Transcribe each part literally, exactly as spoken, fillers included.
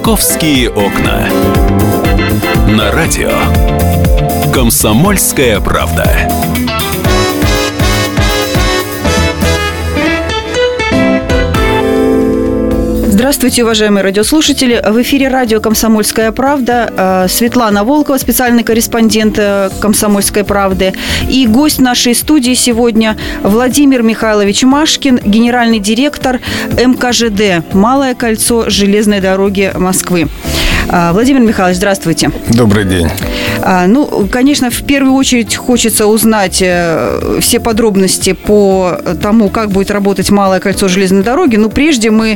«Московские окна». На радио «Комсомольская правда». Здравствуйте, уважаемые радиослушатели. В эфире радио «Комсомольская правда». Светлана Волкова, специальный корреспондент «Комсомольской правды». И гость нашей студии сегодня Владимир Михайлович Машкин, генеральный директор эм ка жэ дэ «Малое кольцо железной дороги Москвы». Владимир Михайлович, здравствуйте. Добрый день. Ну, конечно, в первую очередь хочется узнать все подробности по тому, как будет работать Малое кольцо железной дороги. Но прежде мы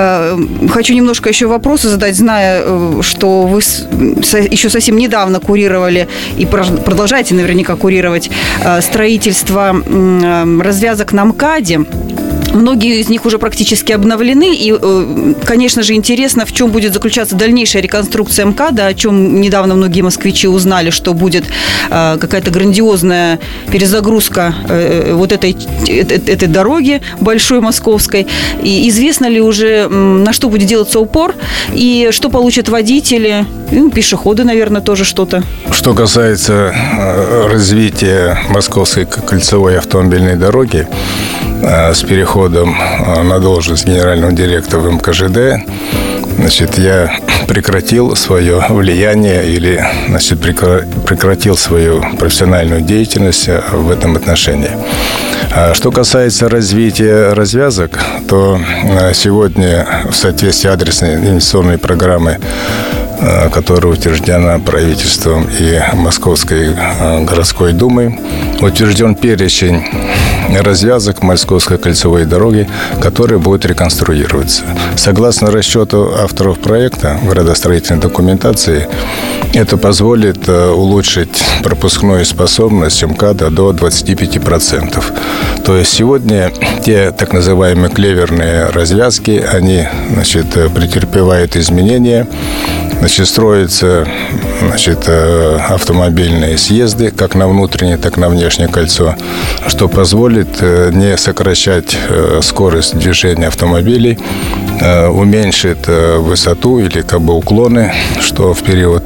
хочу немножко еще вопросы задать, зная, что вы еще совсем недавно курировали и продолжаете наверняка курировать строительство развязок на МКАДе. Многие из них уже практически обновлены. И, конечно же, интересно, в чем будет заключаться дальнейшая реконструкция МКАДа, о чем недавно многие москвичи узнали, что будет какая-то грандиозная перезагрузка вот этой, этой дороги большой московской. И известно ли уже, на что будет делаться упор, и что получат водители, и пешеходы, наверное, тоже что-то. Что касается развития Московской кольцевой автомобильной дороги, с переходом на должность генерального директора в эм ка жэ дэ, значит, я прекратил свое влияние или, значит, прекратил свою профессиональную деятельность в этом отношении. А что касается развития развязок, то сегодня в соответствии с адресной инвестиционной программой, которая утверждена правительством и Московской городской думой, утвержден перечень развязок Московской кольцевой дороги, которые будут реконструироваться. Согласно расчету авторов проекта градостроительной документации, это позволит улучшить пропускную способность МКАДа до двадцати пяти процентов. То есть сегодня те так называемые клеверные развязки, они, значит, претерпевают изменения. Значит, строятся, значит, автомобильные съезды как на внутреннее, так и на внешнее кольцо, что позволит не сокращать скорость движения автомобилей, уменьшит высоту или как бы уклоны, что в период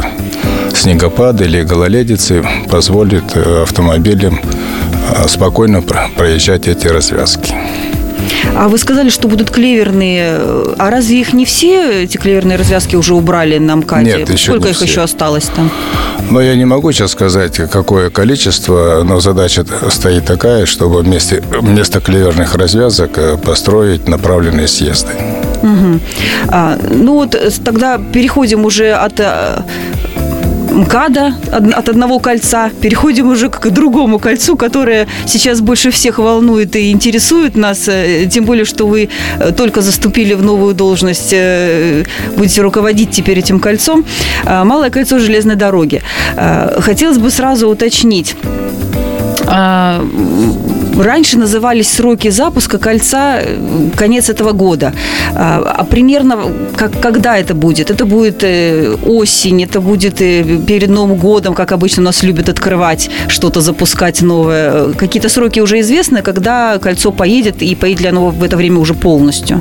снегопада или гололедицы позволит автомобилям спокойно проезжать эти развязки. А вы сказали, что будут клеверные. А разве их не все, эти клеверные развязки, уже убрали на МКАДе? Нет, еще Сколько не их все. еще осталось там? Но я не могу сейчас сказать, какое количество, но задача стоит такая, чтобы вместо, вместо клеверных развязок построить направленные съезды. Угу. А, ну вот тогда переходим уже от МКАДа, от одного кольца, переходим уже к другому кольцу, которое сейчас больше всех волнует и интересует нас, тем более, что вы только заступили в новую должность, будете руководить теперь этим кольцом. Малое кольцо железной дороги. Хотелось бы сразу уточнить. Раньше назывались сроки запуска кольца конец этого года. А примерно как, когда это будет? Это будет осень, это будет перед Новым годом, как обычно у нас любят открывать, что-то запускать новое. Какие-то сроки уже известны, когда кольцо поедет, и поедет ли оно в это время уже полностью?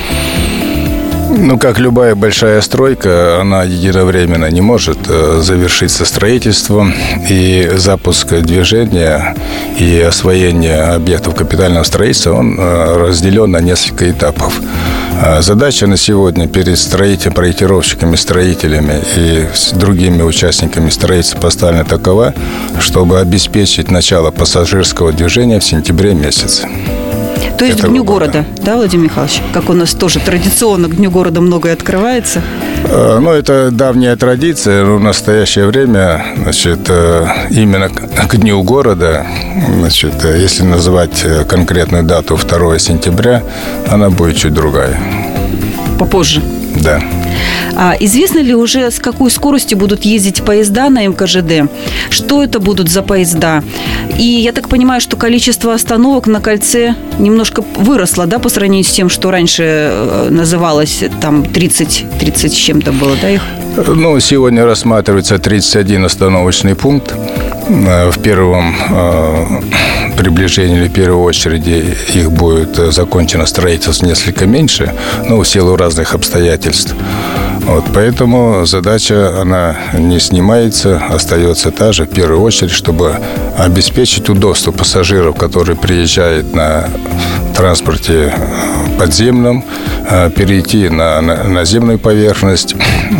Ну, как любая большая стройка, она единовременно не может завершиться строительством, и запуск движения и освоение объектов капитального строительства, он разделен на несколько этапов. Задача на сегодня перед строителями, проектировщиками, строителями и с другими участниками строительства поставлена такова, чтобы обеспечить начало пассажирского движения в сентябре месяце. То есть к Дню города, да, Владимир Михайлович? Как у нас тоже традиционно к Дню города многое открывается. Ну, это давняя традиция, но в настоящее время, значит, именно к Дню города, значит, если называть конкретную дату второго сентября, она будет чуть другая. Попозже? Да. А известно ли уже, с какой скоростью будут ездить поезда на эм ка жэ дэ? Что это будут за поезда? И я так понимаю, что количество остановок на кольце немножко выросло, да, по сравнению с тем, что раньше называлось там тридцать, тридцать с чем-то было, да, их? Ну, сегодня рассматривается тридцать один остановочный пункт. В первом приближении или в первой очереди их будет закончено строительство несколько меньше, но в силу разных обстоятельств. Вот, поэтому задача, она не снимается, остается та же, в первую очередь, чтобы обеспечить удобство пассажиров, которые приезжают на транспорте подземном, перейти на наземную поверхность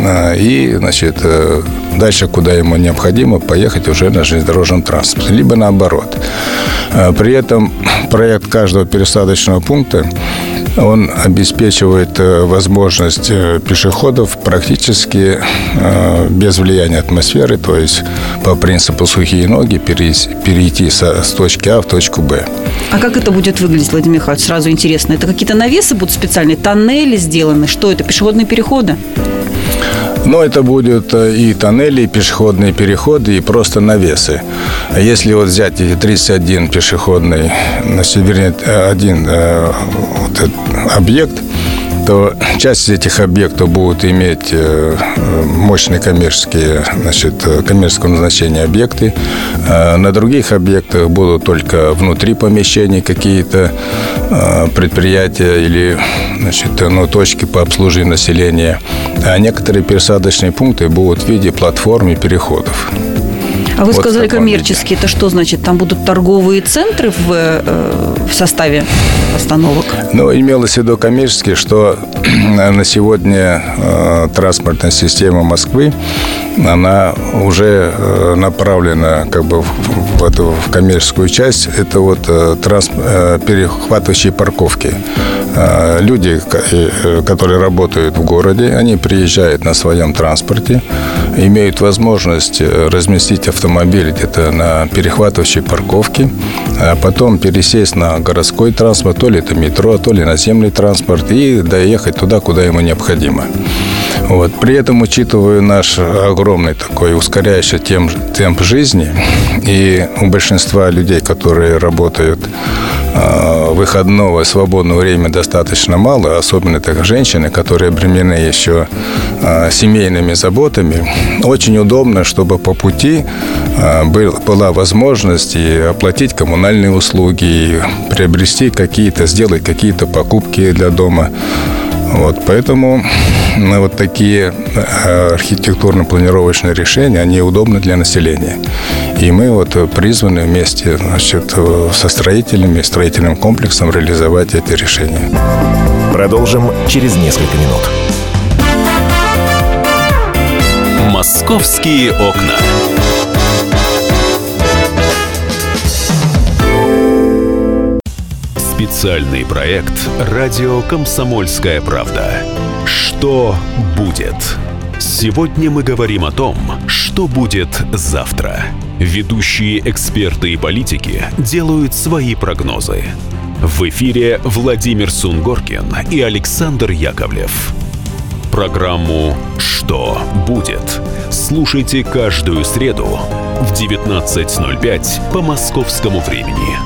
и, значит, дальше, куда ему необходимо, поехать уже на железнодорожном транспорте, либо наоборот. При этом проект каждого пересадочного пункта, он обеспечивает возможность пешеходов практически без влияния атмосферы, то есть по принципу сухие ноги перейти с точки А в точку Б. А как это будет выглядеть, Владимир Михайлович? Сразу интересно. Это какие-то навесы будут специальные, тоннели сделаны? Что это, пешеходные переходы? Но это будут и тоннели, и пешеходные переходы, и просто навесы. А если вот взять эти тридцать один пешеходный, вернее, один вот, объект, то часть этих объектов будут иметь мощные коммерческие, значит, коммерческого назначения объекты. На других объектах будут только внутри помещений какие-то предприятия или, значит, ну, точки по обслуживанию населения. А некоторые пересадочные пункты будут в виде платформ и переходов. А вы вот сказали коммерческие, это что значит? Там будут торговые центры в, э, в составе остановок? Ну, имелось в виду коммерческие, что на сегодня э, транспортная система Москвы, она уже э, направлена как бы в, в эту в коммерческую часть. Это вот э, транс, э, перехватывающие парковки. Э, люди, э, которые работают в городе, они приезжают на своем транспорте, имеют возможность разместить автомобиль автомобиль где-то на перехватывающей парковке, а потом пересесть на городской транспорт, то ли это метро, то ли наземный транспорт, и доехать туда, куда ему необходимо. Вот. При этом, учитывая наш огромный такой ускоряющий темп, темп жизни, и у большинства людей, которые работают э, выходного, свободного времени достаточно мало, особенно так женщины, которые обременены еще э, семейными заботами, очень удобно, чтобы по пути э, был, была возможность и оплатить коммунальные услуги, и приобрести какие-то, сделать какие-то покупки для дома. Вот, поэтому ну, вот такие архитектурно-планировочные решения, они удобны для населения. И мы вот призваны вместе, значит, со строителями, строительным комплексом реализовать эти решения. Продолжим через несколько минут. «Московские окна». Специальный проект «Радио Комсомольская правда». Что будет? Сегодня мы говорим о том, что будет завтра. Ведущие эксперты и политики делают свои прогнозы. В эфире Владимир Сунгоркин и Александр Яковлев. Программу «Что будет?» слушайте каждую среду в девятнадцать ноль пять по московскому времени.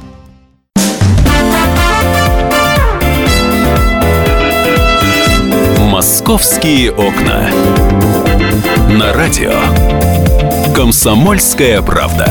«Московские окна». На радио «Комсомольская правда».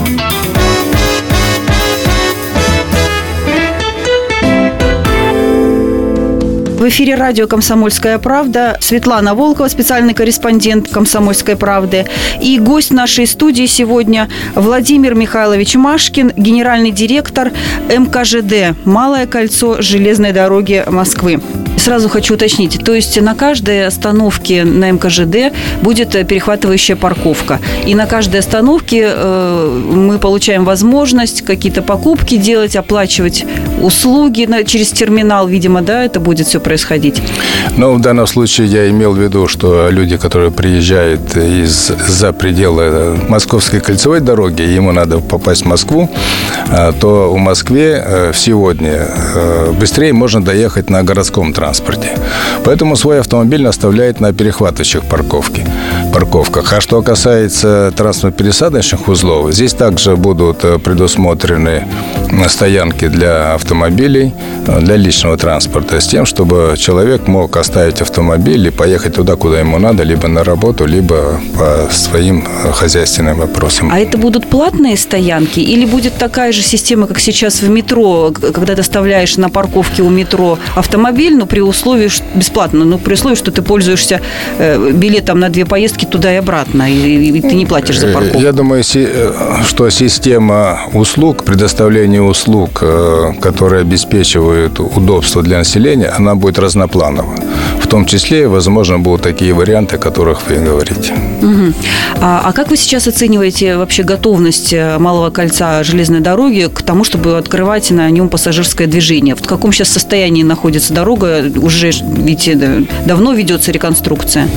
В эфире радио «Комсомольская правда». Светлана Волкова, специальный корреспондент «Комсомольской правды». И гость нашей студии сегодня Владимир Михайлович Машкин, генеральный директор эм ка жэ дэ «Малое кольцо железной дороги Москвы». Сразу хочу уточнить, то есть на каждой остановке на эм ка жэ дэ будет перехватывающая парковка. И на каждой остановке э, мы получаем возможность какие-то покупки делать, оплачивать услуги на, через терминал, видимо, да, это будет все происходить? Ну, в данном случае я имел в виду, что люди, которые приезжают из-за пределы Московской кольцевой дороги, ему надо попасть в Москву, то в Москве сегодня быстрее можно доехать на городском транспорте. Поэтому свой автомобиль оставляет на перехватывающих парковке. парковках. А что касается транспортно-пересадочных узлов, здесь также будут предусмотрены стоянки для автомобилей, для личного транспорта, с тем, чтобы человек мог оставить автомобиль и поехать туда, куда ему надо, либо на работу, либо по своим хозяйственным вопросам. А это будут платные стоянки или будет такая же система, как сейчас в метро, когда ты оставляешь на парковке у метро автомобиль, но при условии, что бесплатно, но при условии, что ты пользуешься билетом на две поездки туда и обратно, и, и ты не платишь за парковку? Я думаю, что система услуг, предоставления услуг, которые обеспечивают удобство для населения, она будет разнопланова. В том числе, возможно, будут такие варианты, о которых вы говорите. Угу. А, а как вы сейчас оцениваете вообще готовность Малого кольца железной дороги к тому, чтобы открывать на нем пассажирское движение? В каком сейчас состоянии находится дорога? Уже ведь давно ведется реконструкция.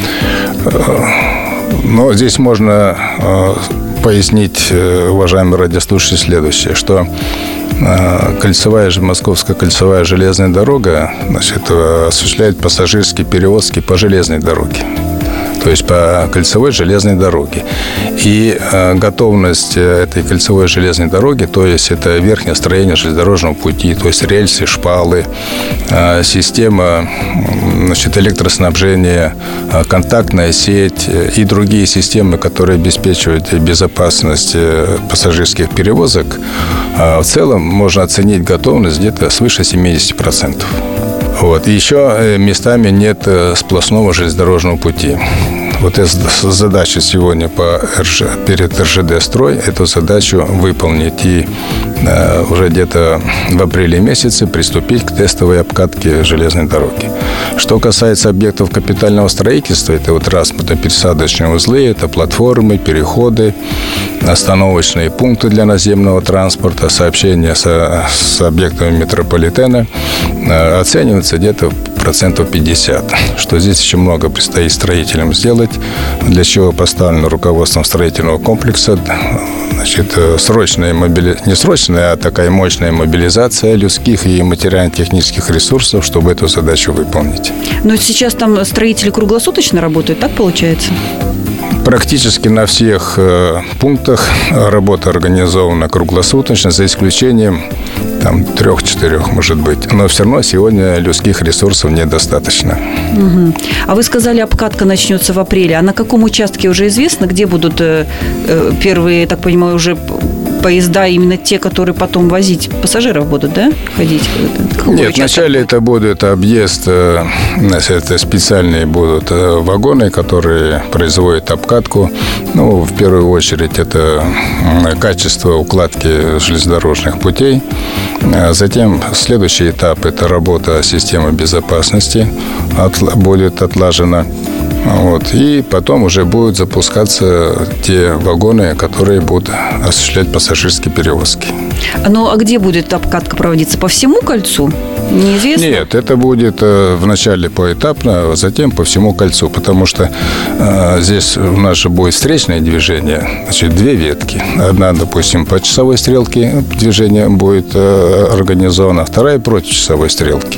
Но здесь можно пояснить, уважаемые радиослушатели, следующее, что кольцевая, Московская кольцевая железная дорога, значит, осуществляет пассажирские перевозки по железной дороге, то есть по кольцевой железной дороге. И э, готовность этой кольцевой железной дороги, то есть это верхнее строение железнодорожного пути, то есть рельсы, шпалы, э, система, значит, электроснабжения, э, контактная сеть и другие системы, которые обеспечивают безопасность пассажирских перевозок, э, в целом можно оценить готовность где-то свыше семьдесят процентов. Вот. И еще местами нет сплошного железнодорожного пути. Вот эта задача сегодня по РЖ, перед РЖД-строй, эту задачу выполнить и э, уже где-то в апреле месяце приступить к тестовой обкатке железной дороги. Что касается объектов капитального строительства, это вот транспортно-пересадочные узлы, это платформы, переходы, остановочные пункты для наземного транспорта, сообщения со, с объектами метрополитена, э, оценивается где-то процентов пятьдесят, что здесь еще много предстоит строителям сделать, для чего поставлено руководством строительного комплекса, значит, срочная мобили... не срочная, а такая мощная мобилизация людских и материально-технических ресурсов, чтобы эту задачу выполнить. Но сейчас там строители круглосуточно работают, так получается? Практически на всех пунктах работа организована круглосуточно, за исключением там трех-четырех, может быть. Но все равно сегодня людских ресурсов недостаточно. Угу. А вы сказали, обкатка начнется в апреле. А на каком участке уже известно, где будут э, первые, я так понимаю, уже поезда, именно те, которые потом возить пассажиров будут, да, ходить? Какой Нет, участок? вначале это будет объезд, это специальные будут вагоны, которые производят обкатку. Ну, в первую очередь, это качество укладки железнодорожных путей. Затем следующий этап – это работа системы безопасности, будет отлажена. Вот. И потом уже будут запускаться те вагоны, которые будут осуществлять пассажирские перевозки. Ну, а где будет обкатка проводиться? По всему кольцу? Неизвестно? Нет, это будет вначале поэтапно, а затем по всему кольцу, потому что э, здесь у нас же будет встречное движение, значит, две ветки. Одна, допустим, по часовой стрелке движение будет э, организовано, вторая против часовой стрелки.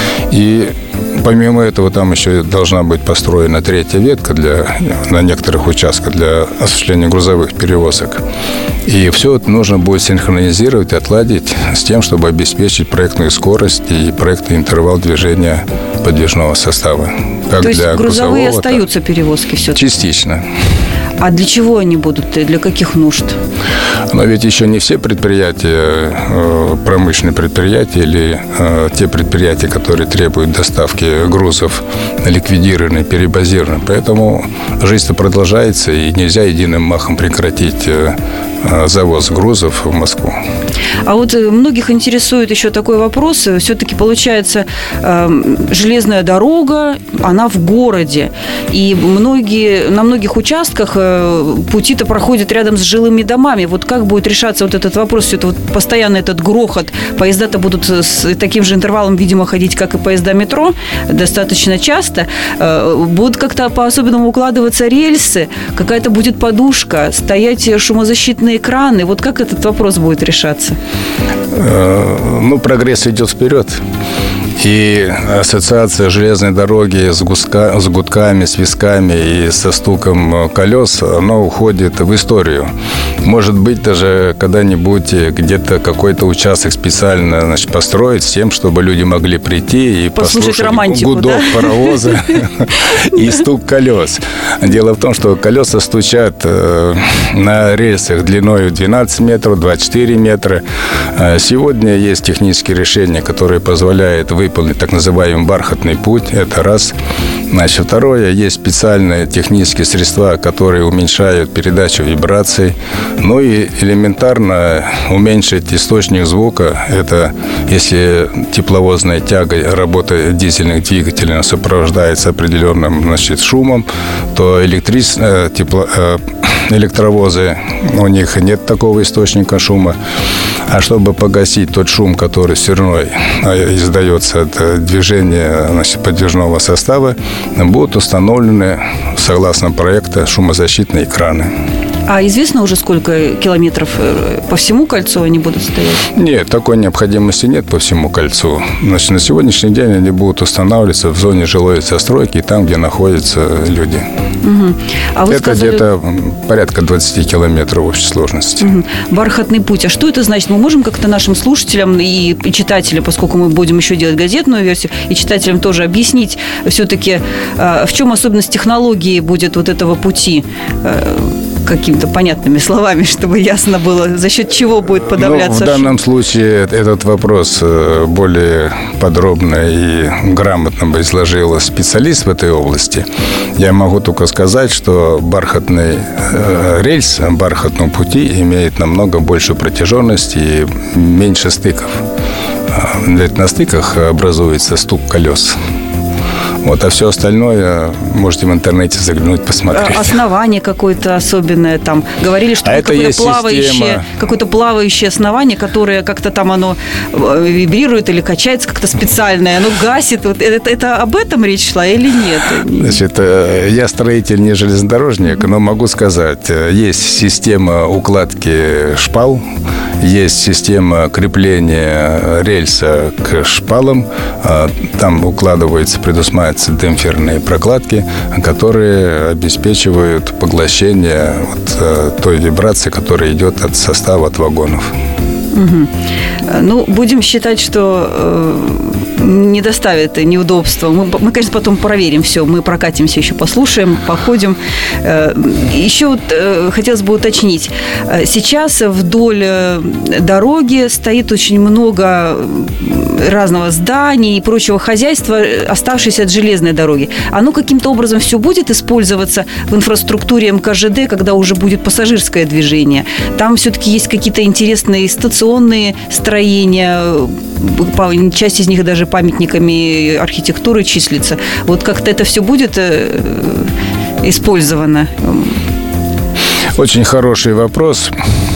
И помимо этого, там еще должна быть построена третья ветка для, на некоторых участках для осуществления грузовых перевозок. И все это нужно будет синхронизировать, отладить с тем, чтобы обеспечить проектную скорость и проектный интервал движения подвижного состава. Как То есть для грузовые грузового, остаются перевозки все-таки? Частично. А для чего они будут? Для каких нужд? Но ведь еще не все предприятия, промышленные предприятия или те предприятия, которые требуют доставки грузов, ликвидированы, перебазированы. Поэтому жизнь-то продолжается, и нельзя единым махом прекратить завоз грузов в Москву. А вот многих интересует еще такой вопрос. Все-таки получается, железная дорога, она в городе. И многие, на многих участках пути-то проходят рядом с жилыми домами. Вот как будет решаться вот этот вопрос? Все это вот постоянно этот грохот. Поезда-то будут с таким же интервалом, видимо, ходить, как и поезда метро, достаточно часто. Будут как-то по-особенному укладываться рельсы, какая-то будет подушка, стоять шумозащитные экраны. Вот как этот вопрос будет решаться? Ну, прогресс идет вперед. И ассоциация железной дороги с, гуска, с гудками, с висками и со стуком колес, она уходит в историю. Может быть, даже когда-нибудь где-то какой-то участок специально, значит, построить с тем, чтобы люди могли прийти и послушать послушать гудок, да? Паровоза и стук колес. Дело в том, что колеса стучат на рельсах длиной двенадцать метров, двадцать четыре метра. Сегодня есть технические решения, которые позволяют выполнить так называемый бархатный путь. Это раз. Значит, второе, есть специальные технические средства, которые уменьшают передачу вибраций. Ну и элементарно уменьшить источник звука. Это если тепловозная тяга, работа дизельных двигателей сопровождается определенным, значит, шумом, то электрис... тепло... электровозы, у них нет такого источника шума. А чтобы погасить тот шум, который все равно издается от движения, значит, подвижного состава, будут установлены, согласно проекту, шумозащитные экраны. А известно уже, сколько километров по всему кольцу они будут стоять? Нет, такой необходимости нет по всему кольцу. Значит, на сегодняшний день они будут устанавливаться в зоне жилой застройки, там, где находятся люди. Угу. А вы это сказали... где-то порядка двадцать километров в общей сложности. Угу. Бархатный путь. А что это значит? Мы можем как-то нашим слушателям и читателям, поскольку мы будем еще делать газетную версию, и читателям тоже объяснить все-таки, в чем особенность технологии будет вот этого пути, какими-то понятными словами, чтобы ясно было, за счет чего будет подавляться. Ну, в данном случае этот вопрос более подробно и грамотно бы изложил специалист в этой области. Я могу только сказать, что бархатный э, рельс бархатного пути имеет намного большую протяженность и меньше стыков. Ведь на стыках образуется стук колес. Вот, а все остальное можете в интернете заглянуть, посмотреть. Основание какое-то особенное там. Говорили, что а какое-то плавающее, какое-то плавающее основание, которое как-то там оно вибрирует или качается как-то специальное, оно гасит. Вот это, это об этом речь шла или нет? Значит, я строитель, не железнодорожник, но могу сказать, есть система укладки шпал, есть система крепления рельса к шпалам. Там укладывается, предусматривается демпферные прокладки, которые обеспечивают поглощение вот той вибрации, которая идет от состава, от вагонов. Угу. Ну, будем считать, что э, не доставит неудобства. Мы, мы, конечно, потом проверим все. Мы прокатимся еще, послушаем, походим. Э, еще вот, э, хотелось бы уточнить. Сейчас вдоль дороги стоит очень много разного зданий и прочего хозяйства, оставшееся от железной дороги. Оно каким-то образом все будет использоваться в инфраструктуре эм ка жэ дэ, когда уже будет пассажирское движение. Там все-таки есть какие-то интересные стационные строения, часть из них даже памятниками архитектуры числится. Вот как-то это все будет использовано? Очень хороший вопрос.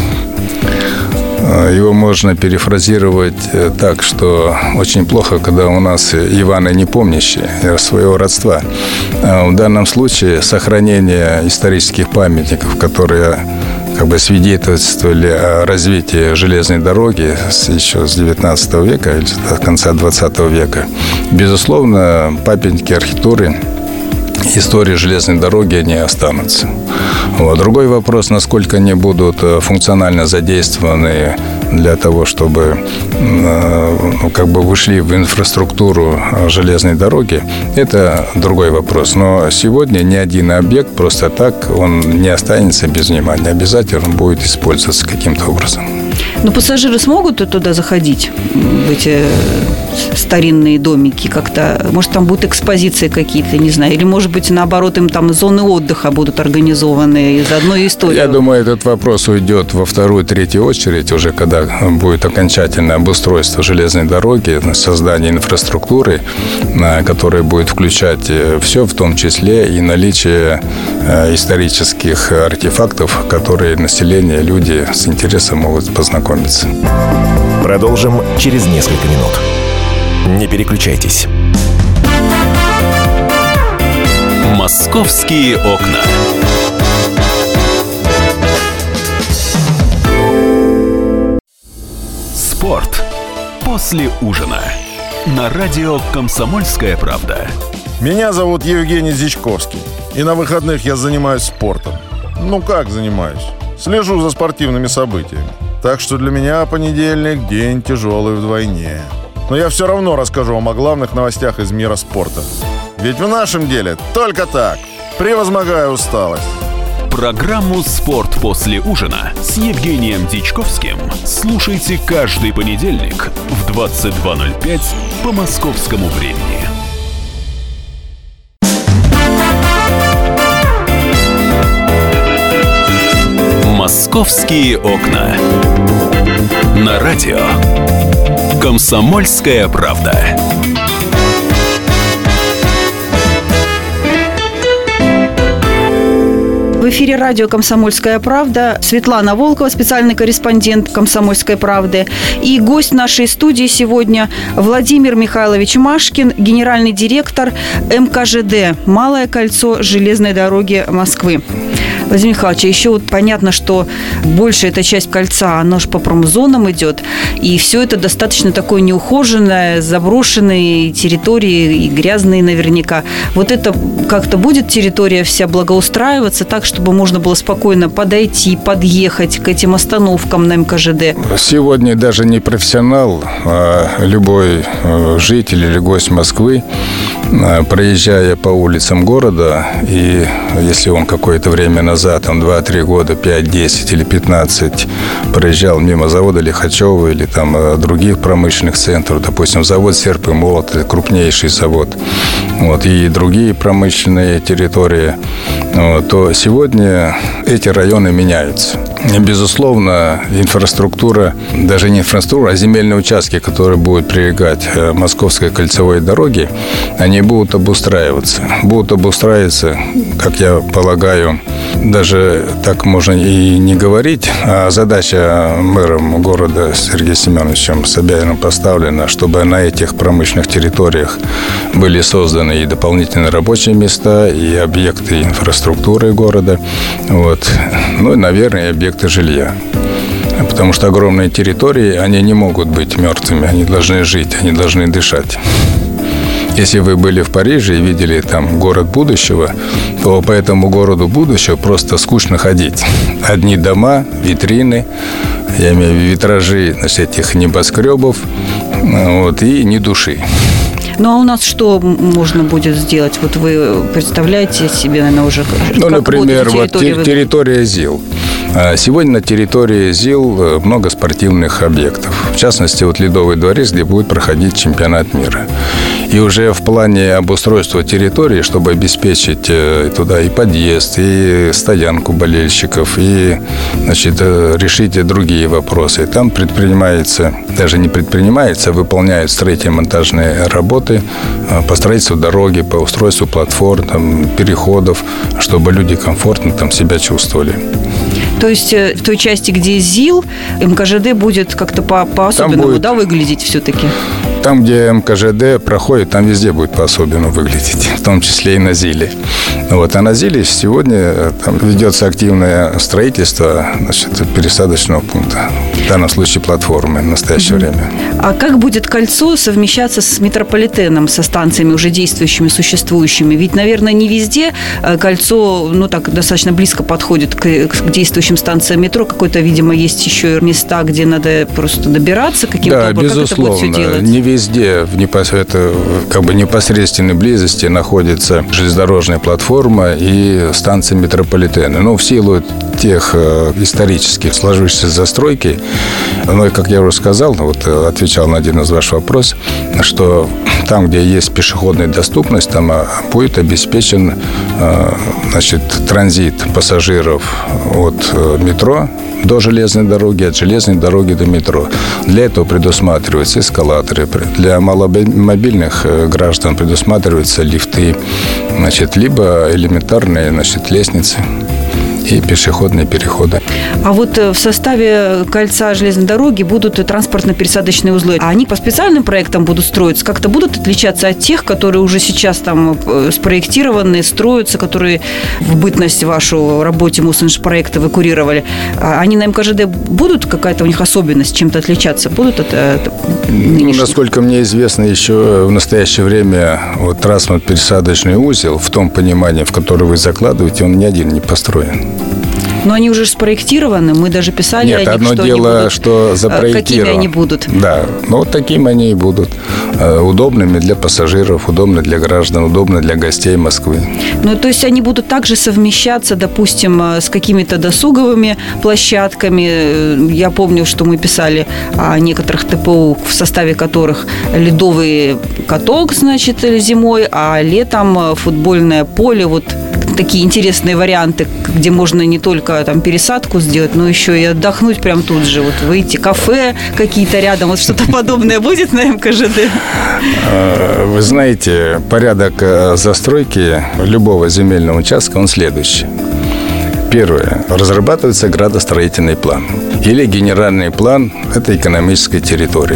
Его можно перефразировать так, что очень плохо, когда у нас Иваны непомнящие своего родства. В данном случае сохранение исторических памятников, которые как бы свидетельствовали о развитии железной дороги еще с девятнадцатого века или с конца двадцатого века, безусловно, памятники архитектуры, истории железной дороги, они останутся. Вот. Другой вопрос, насколько они будут функционально задействованы для того, чтобы ну, как бы вышли в инфраструктуру железной дороги, это другой вопрос. Но сегодня ни один объект просто так, он не останется без внимания. Обязательно он будет использоваться каким-то образом. Но пассажиры смогут туда заходить, в эти старинные домики как-то? Может, там будут экспозиции какие-то, не знаю. Или, может быть, наоборот, им там зоны отдыха будут организованы из одной истории? Я думаю, этот вопрос уйдет во вторую, третью очередь, уже когда будет окончательное обустройство железной дороги, создание инфраструктуры, которая будет включать все, в том числе и наличие исторических артефактов, которые население, люди с интересом могут познакомиться. Продолжим через несколько минут. Не переключайтесь. «Московские окна». Спорт после ужина. на радио «Комсомольская правда». Меня зовут Евгений Зичковский. И на выходных я занимаюсь спортом. Ну как занимаюсь? Слежу за спортивными событиями. Так что для меня понедельник – день тяжелый вдвойне. Но я все равно расскажу вам о главных новостях из мира спорта. Ведь в нашем деле только так. Превозмогая усталость. Программу «Спорт после ужина» с Евгением Дичковским слушайте каждый понедельник в двадцать два ноль пять по московскому времени. «Московские окна». На радио «Комсомольская правда». В эфире радио «Комсомольская правда». Светлана Волкова, специальный корреспондент «Комсомольской правды». И гость нашей студии сегодня Владимир Михайлович Машкин, генеральный директор эм ка жэ дэ «Малое кольцо железной дороги Москвы». Владимир Михайлович, еще вот понятно, что большая эта часть кольца, она же по промзонам идет, и все это достаточно такое неухоженное, заброшенные территории и грязные наверняка. Вот это как-то будет территория вся благоустраиваться так, чтобы можно было спокойно подойти, подъехать к этим остановкам на эм ка жэ дэ? Сегодня даже не профессионал, а любой житель или гость Москвы, проезжая по улицам города, и если он какое-то время назад, там два-три года, пять-десять или пятнадцать, проезжал мимо завода Лихачева или там других промышленных центров, допустим, завод «Серп и молот», крупнейший завод, вот, и другие промышленные территории, вот, то сегодня эти районы меняются. И, безусловно, инфраструктура, даже не инфраструктура, а земельные участки, которые будут прилегать к Московской кольцевой дороге, они будут обустраиваться. Будут обустраиваться, как я полагаю, даже так можно и не говорить, а задача мэром города Сергеем Семеновичем Собяниным поставлена, чтобы на этих промышленных территориях были созданы и дополнительные рабочие места, и объекты инфраструктуры города, вот. Ну и, наверное, объекты жилья. Потому что огромные территории, они не могут быть мертвыми, они должны жить, они должны дышать. Если вы были в Париже и видели там город будущего, то по этому городу будущего просто скучно ходить. Одни дома, витрины, я имею в виду витражи, значит, этих небоскребов, вот, и ни души. Ну, а у нас что можно будет сделать? Вот вы представляете себе, наверное, уже... Ну, например, вот территория ЗИЛ. Сегодня на территории ЗИЛ много спортивных объектов. В частности, вот Ледовый дворец, где будет проходить чемпионат мира. И уже в плане обустройства территории, чтобы обеспечить туда и подъезд, и стоянку болельщиков, и, значит, решить другие вопросы. Там предпринимается, даже не предпринимается, а выполняют строительно-монтажные работы по строительству дороги, по устройству платформ, там, переходов, чтобы люди комфортно там себя чувствовали. То есть в той части, где ЗИЛ, эм ка жэ дэ будет как-то по- по-особенному, будет, да, выглядеть все-таки? Там, где эм ка жэ дэ проходит, там везде будет по-особенному выглядеть, в том числе и на ЗИЛе. Вот. А на ЗИЛе сегодня там ведется активное строительство, значит, пересадочного пункта, в данном случае платформы в настоящее mm-hmm. время. А как будет кольцо совмещаться с метрополитеном, со станциями уже действующими, существующими? Ведь, наверное, не везде кольцо, ну, так достаточно близко подходит к, к действующим станциям метро. Какое-то, видимо, есть еще места, где надо просто добираться каким-то да, образом. Безусловно. Как это будет все делать? Не везде в непос... это, как бы непосредственной близости находится железнодорожная платформа и станция метрополитена. Но в силу тех э, исторических сложившихся застройки, ну и, как я уже сказал, вот отвечал на один из ваших вопросов, что там, где есть пешеходная доступность, там будет обеспечен э, значит, транзит пассажиров от метро до железной дороги, от железной дороги до метро. Для этого предусматриваются эскалаторы. Для маломобильных граждан предусматриваются лифты, значит, либо элементарные, значит, лестницы. и пешеходные переходы. А вот в составе кольца железной дороги будут транспортно-пересадочные узлы. А они по специальным проектам будут строиться? Как-то будут отличаться от тех, которые уже сейчас там спроектированы, строятся, которые в бытность вашу работе Мосинжпроекта вы курировали? Они на эм ка жэ дэ будут, какая-то у них особенность, чем-то отличаться? Будут от, от ну, насколько мне известно, еще в настоящее время вот транспортно-пересадочный узел, в том понимании, в которое вы закладываете, он ни один не построен. Но они уже спроектированы, мы даже писали Нет, о них, одно что дело, они будут, что запроектировано. какими они будут. Да, ну вот такими они и будут. Удобными для пассажиров, удобны для граждан, удобны для гостей Москвы. Ну, то есть они будут также совмещаться, допустим, с какими-то досуговыми площадками. Я помню, что мы писали о некоторых тэ пэ у, в составе которых ледовый каток, значит, зимой, а летом футбольное поле. Вот такие интересные варианты, где можно не только там пересадку сделать, но еще и отдохнуть прямо тут же. Вот выйти, кафе какие-то рядом, вот что-то подобное будет на эм ка жэ дэ? Вы знаете, порядок застройки любого земельного участка, он следующий. Первое. Разрабатывается градостроительный план или генеральный план этой экономической территории.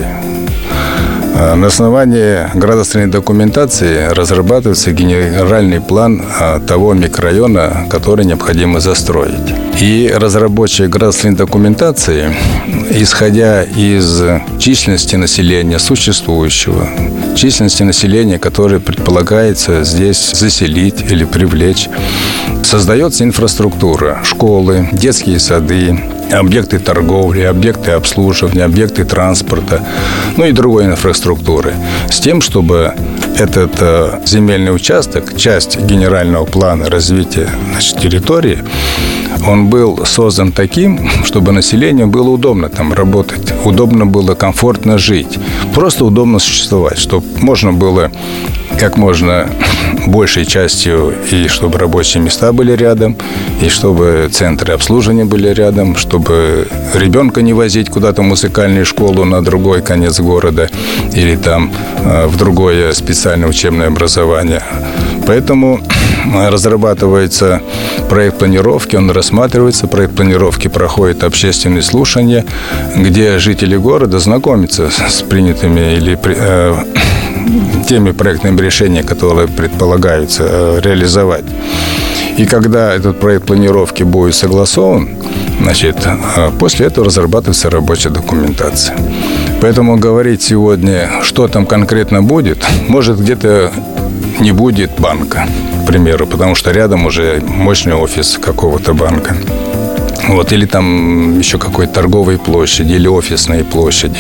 На основании градостроительной документации разрабатывается генеральный план того микрорайона, который необходимо застроить. И разработчик градостроительной документации, исходя из численности населения существующего, численности населения, которое предполагается здесь заселить или привлечь, создается инфраструктура, школы, детские сады, объекты торговли, объекты обслуживания, объекты транспорта, ну и другой инфраструктуры. С тем, чтобы этот э, земельный участок, часть генерального плана развития, значит, территории, он был создан таким, чтобы населению было удобно там работать, удобно было комфортно жить, просто удобно существовать, чтобы можно было как можно большей частью, и чтобы рабочие места были рядом, и чтобы центры обслуживания были рядом, чтобы ребенка не возить куда-то в музыкальную школу на другой конец города или там в другое специальное учебное образование. Поэтому разрабатывается проект планировки, он рассматривается, проект планировки проходит общественные слушания, где жители города знакомятся с принятыми или э, теми проектными решениями, которые предполагаются реализовать. И когда этот проект планировки будет согласован, значит, после этого разрабатывается рабочая документация. Поэтому говорить сегодня, что там конкретно будет, может, где-то не будет банка, к примеру, потому что рядом уже мощный офис какого-то банка. Вот, или там еще какой-то торговой площади, или офисной площади.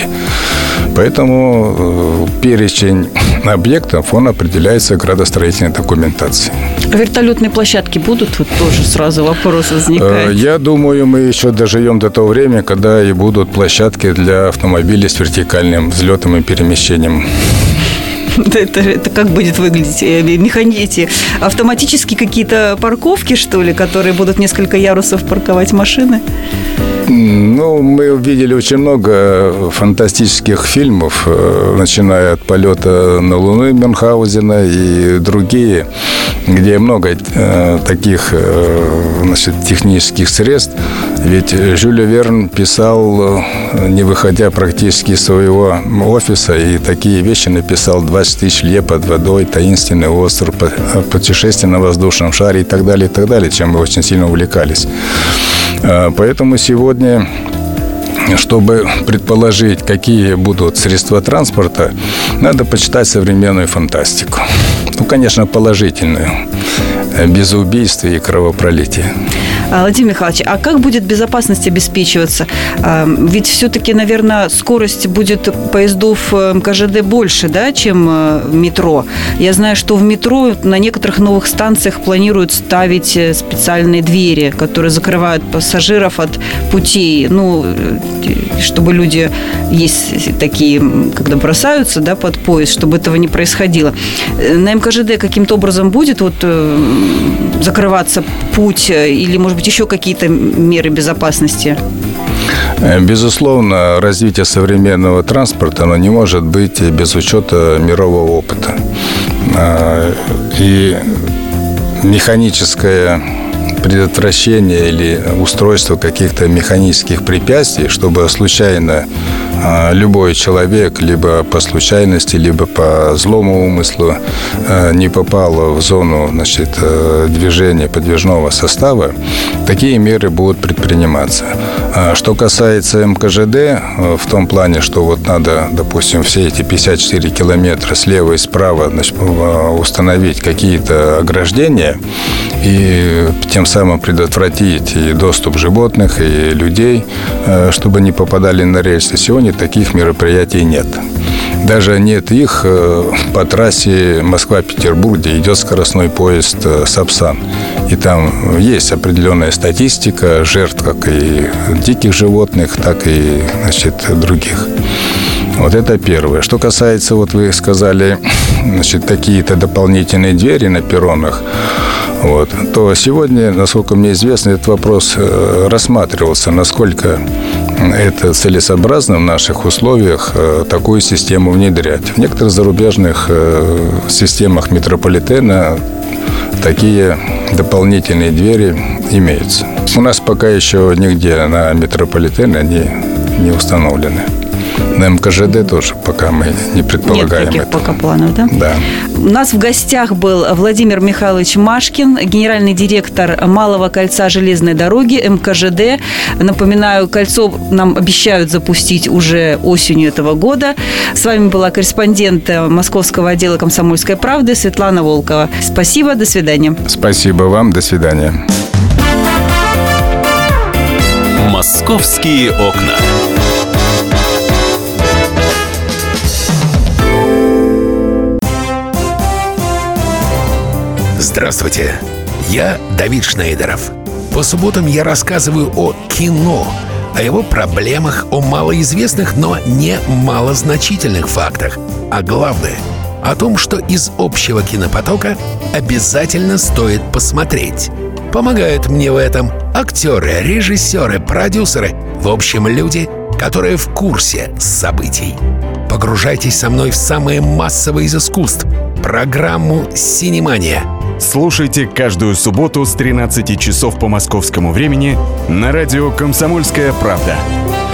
Поэтому э, перечень объектов, он определяется градостроительной документацией. А вертолетные площадки будут? Вот тоже сразу вопрос возникает. Э, я думаю, мы еще доживем до того времени, когда и будут площадки для автомобилей с вертикальным взлетом и перемещением. Это, это как будет выглядеть? Механики, автоматические какие-то парковки, что ли, которые будут несколько ярусов парковать машины? Ну, мы видели очень много фантастических фильмов, начиная от «Полета на Луну» Мюнхгаузена и другие, где много э, таких э, значит, технических средств. Ведь Жюль Верн писал, не выходя практически из своего офиса, и такие вещи написал: «двадцать тысяч лье под водой», «Таинственный остров», «Путешествие на воздушном шаре» и так далее, и так далее, чем мы очень сильно увлекались. Поэтому сегодня, чтобы предположить, какие будут средства транспорта, надо почитать современную фантастику. Ну, конечно, положительную, без убийств и кровопролития. Владимир Михайлович, а как будет безопасность обеспечиваться? Ведь все-таки, наверное, скорость будет поездов эм ка жэ дэ больше, да, чем в метро. Я знаю, что в метро на некоторых новых станциях планируют ставить специальные двери, которые закрывают пассажиров от путей. Ну, чтобы люди, есть такие, когда бросаются, да, под поезд, чтобы этого не происходило. На эм ка жэ дэ каким-то образом будет вот закрываться путь или, может быть, еще какие-то меры безопасности? Безусловно, развитие современного транспорта, оно не может быть без учета мирового опыта. И механическое предотвращения или устройства каких-то механических препятствий, чтобы случайно любой человек, либо по случайности, либо по злому умыслу, не попал в зону, значит, движения подвижного состава, такие меры будут предприниматься. Что касается эм ка жэ дэ, в том плане, что вот надо, допустим, все эти пятьдесят четыре километра слева и справа, значит, установить какие-то ограждения и тем самым предотвратить и доступ животных, и людей, чтобы не попадали на рельсы. Сегодня таких мероприятий нет. Даже нет их по трассе Москва-Петербург, где идет скоростной поезд «Сапсан». И там есть определенная статистика жертв как и диких животных, так и, значит, других. Вот это первое. Что касается, вот вы сказали, значит, какие-то дополнительные двери на перронах, вот, то сегодня, насколько мне известно, этот вопрос рассматривался, насколько это целесообразно в наших условиях такую систему внедрять. В некоторых зарубежных системах метрополитена такие дополнительные двери имеются. У нас пока еще нигде на метрополитене они не установлены. На эм ка жэ дэ тоже пока мы не предполагаем. Нет таких это. пока планов, да? Да. У нас в гостях был Владимир Михайлович Машкин, генеральный директор Малого кольца железной дороги, эм ка жэ дэ. Напоминаю, кольцо нам обещают запустить уже осенью этого года. С вами была корреспондент Московского отдела «Комсомольской правды» Светлана Волкова. Спасибо, до свидания. Спасибо вам, до свидания. «Московские окна». Здравствуйте, я Давид Шнейдеров. По субботам я рассказываю о кино, о его проблемах, о малоизвестных, но не малозначительных фактах. А главное, о том, что из общего кинопотока обязательно стоит посмотреть. Помогают мне в этом актеры, режиссеры, продюсеры, в общем, люди, которые в курсе событий. Погружайтесь со мной в самое массовое из искусств — программу «Синемания». Слушайте каждую субботу с тринадцати часов по московскому времени на радио «Комсомольская правда».